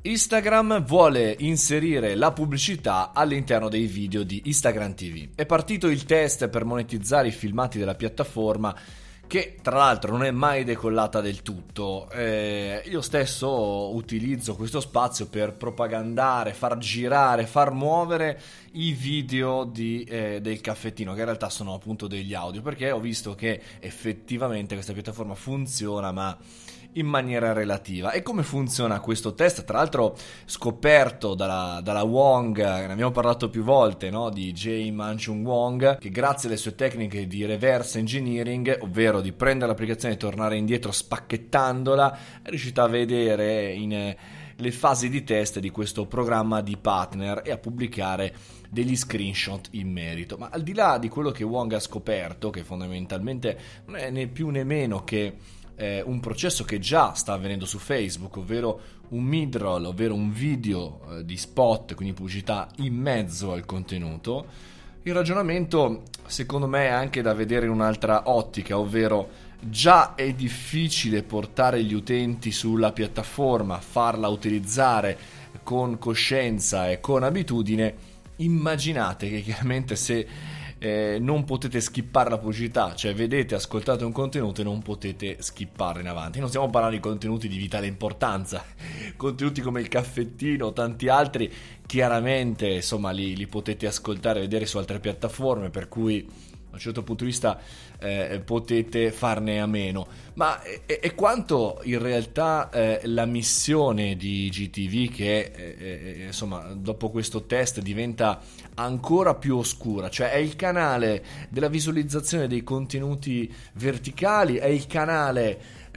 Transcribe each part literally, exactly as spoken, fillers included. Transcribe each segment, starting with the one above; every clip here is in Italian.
Instagram vuole inserire la pubblicità all'interno dei video di Instagram T V. È partito il test per monetizzare i filmati della piattaforma, che tra l'altro non è mai decollata del tutto. Eh, io stesso utilizzo questo spazio per propagandare, far girare, far muovere i video di, eh, del caffettino, che in realtà sono appunto degli audio, perché ho visto che effettivamente questa piattaforma funziona, ma in maniera relativa. E come funziona questo test? Tra l'altro scoperto dalla, dalla Wong, ne abbiamo parlato più volte, no? Di Jae Manchung Wong, che grazie alle sue tecniche di reverse engineering, ovvero di prendere l'applicazione e tornare indietro spacchettandola, è riuscita a vedere in eh, le fasi di test di questo programma di partner e a pubblicare degli screenshot in merito. Ma al di là di quello che Wong ha scoperto, che fondamentalmente non è né più né meno che Eh, un processo che già sta avvenendo su Facebook, ovvero un mid-roll, ovvero un video eh, di spot, quindi pubblicità in mezzo al contenuto. Il ragionamento secondo me è anche da vedere in un'altra ottica, ovvero già è difficile portare gli utenti sulla piattaforma, farla utilizzare con coscienza e con abitudine. Immaginate che chiaramente se Eh, non potete skippare la pubblicità, cioè vedete, ascoltate un contenuto e non potete skipparlo in avanti. Non stiamo parlando di contenuti di vitale importanza, contenuti come il caffettino o tanti altri, chiaramente insomma li, li potete ascoltare e vedere su altre piattaforme, per cui da un certo punto di vista eh, potete farne a meno. Ma è, è quanto in realtà eh, la missione di G T V, che eh, eh, insomma dopo questo test diventa ancora più oscura, cioè è il canale della visualizzazione dei contenuti verticali, è il canale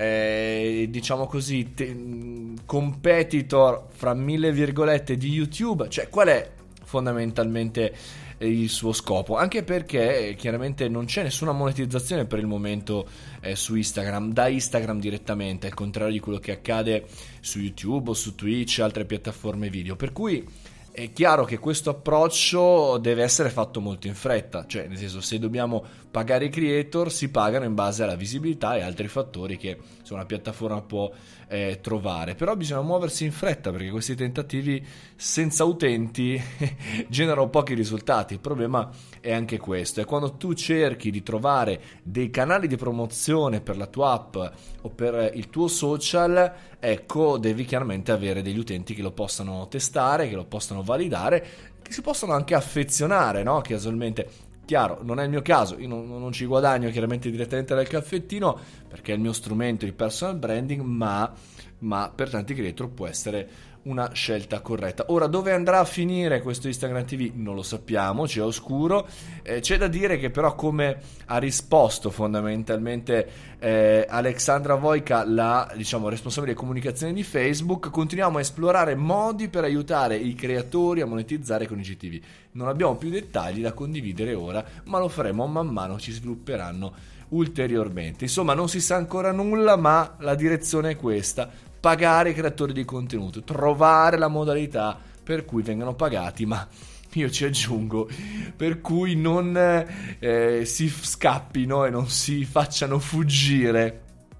eh, diciamo così te- competitor fra mille virgolette di YouTube, cioè qual è fondamentalmente il suo scopo, anche perché chiaramente non c'è nessuna monetizzazione per il momento eh, su Instagram, da Instagram direttamente, al contrario di quello che accade su YouTube o su Twitch e altre piattaforme video, per cui è chiaro che questo approccio deve essere fatto molto in fretta, cioè nel senso, se dobbiamo pagare i creator si pagano in base alla visibilità e altri fattori che insomma, una piattaforma può eh, trovare, però bisogna muoversi in fretta, perché questi tentativi senza utenti generano pochi risultati. Il problema è anche questo, è quando tu cerchi di trovare dei canali di promozione per la tua app o per il tuo social, ecco, devi chiaramente avere degli utenti che lo possano testare, che lo possano validare, che si possono anche affezionare, no? Casualmente. Chiaro, non è il mio caso, io non, non ci guadagno chiaramente direttamente dal caffettino, perché è il mio strumento di personal branding, ma, ma per tanti creator può essere una scelta corretta. Ora, dove andrà a finire questo Instagram T V non lo sappiamo, c'è oscuro. Eh, c'è da dire che però, come ha risposto fondamentalmente eh, Alexandra Voica, la diciamo responsabile comunicazione di Facebook, continuiamo a esplorare modi per aiutare i creatori a monetizzare con i G T V. Non abbiamo più dettagli da condividere ora, ma lo faremo man mano ci svilupperanno ulteriormente. Insomma, non si sa ancora nulla, ma la direzione è questa: pagare i creatori di contenuto, trovare la modalità per cui vengano pagati, ma io ci aggiungo, per cui non eh, si scappino e non si facciano fuggire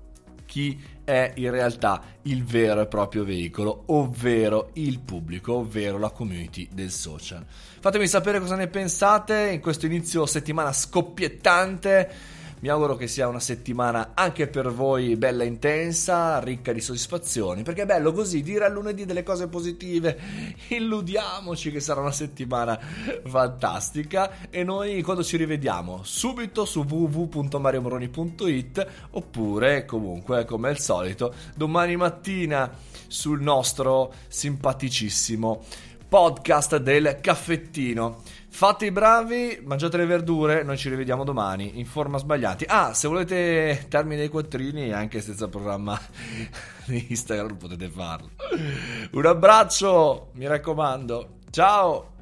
chi è in realtà il vero e proprio veicolo, ovvero il pubblico, ovvero la community del social. Fatemi sapere cosa ne pensate in questo inizio settimana scoppiettante. Mi auguro che sia una settimana anche per voi bella intensa, ricca di soddisfazioni, perché è bello così dire al lunedì delle cose positive, illudiamoci che sarà una settimana fantastica, e noi quando ci rivediamo? Subito su w w w punto mario moroni punto i t, oppure comunque come al solito domani mattina sul nostro simpaticissimo podcast del caffettino. Fate i bravi, mangiate le verdure, noi ci rivediamo domani in forma sbagliati. Ah, se volete darmi dei quattrini anche senza programma di Instagram potete farlo. Un abbraccio, mi raccomando. Ciao!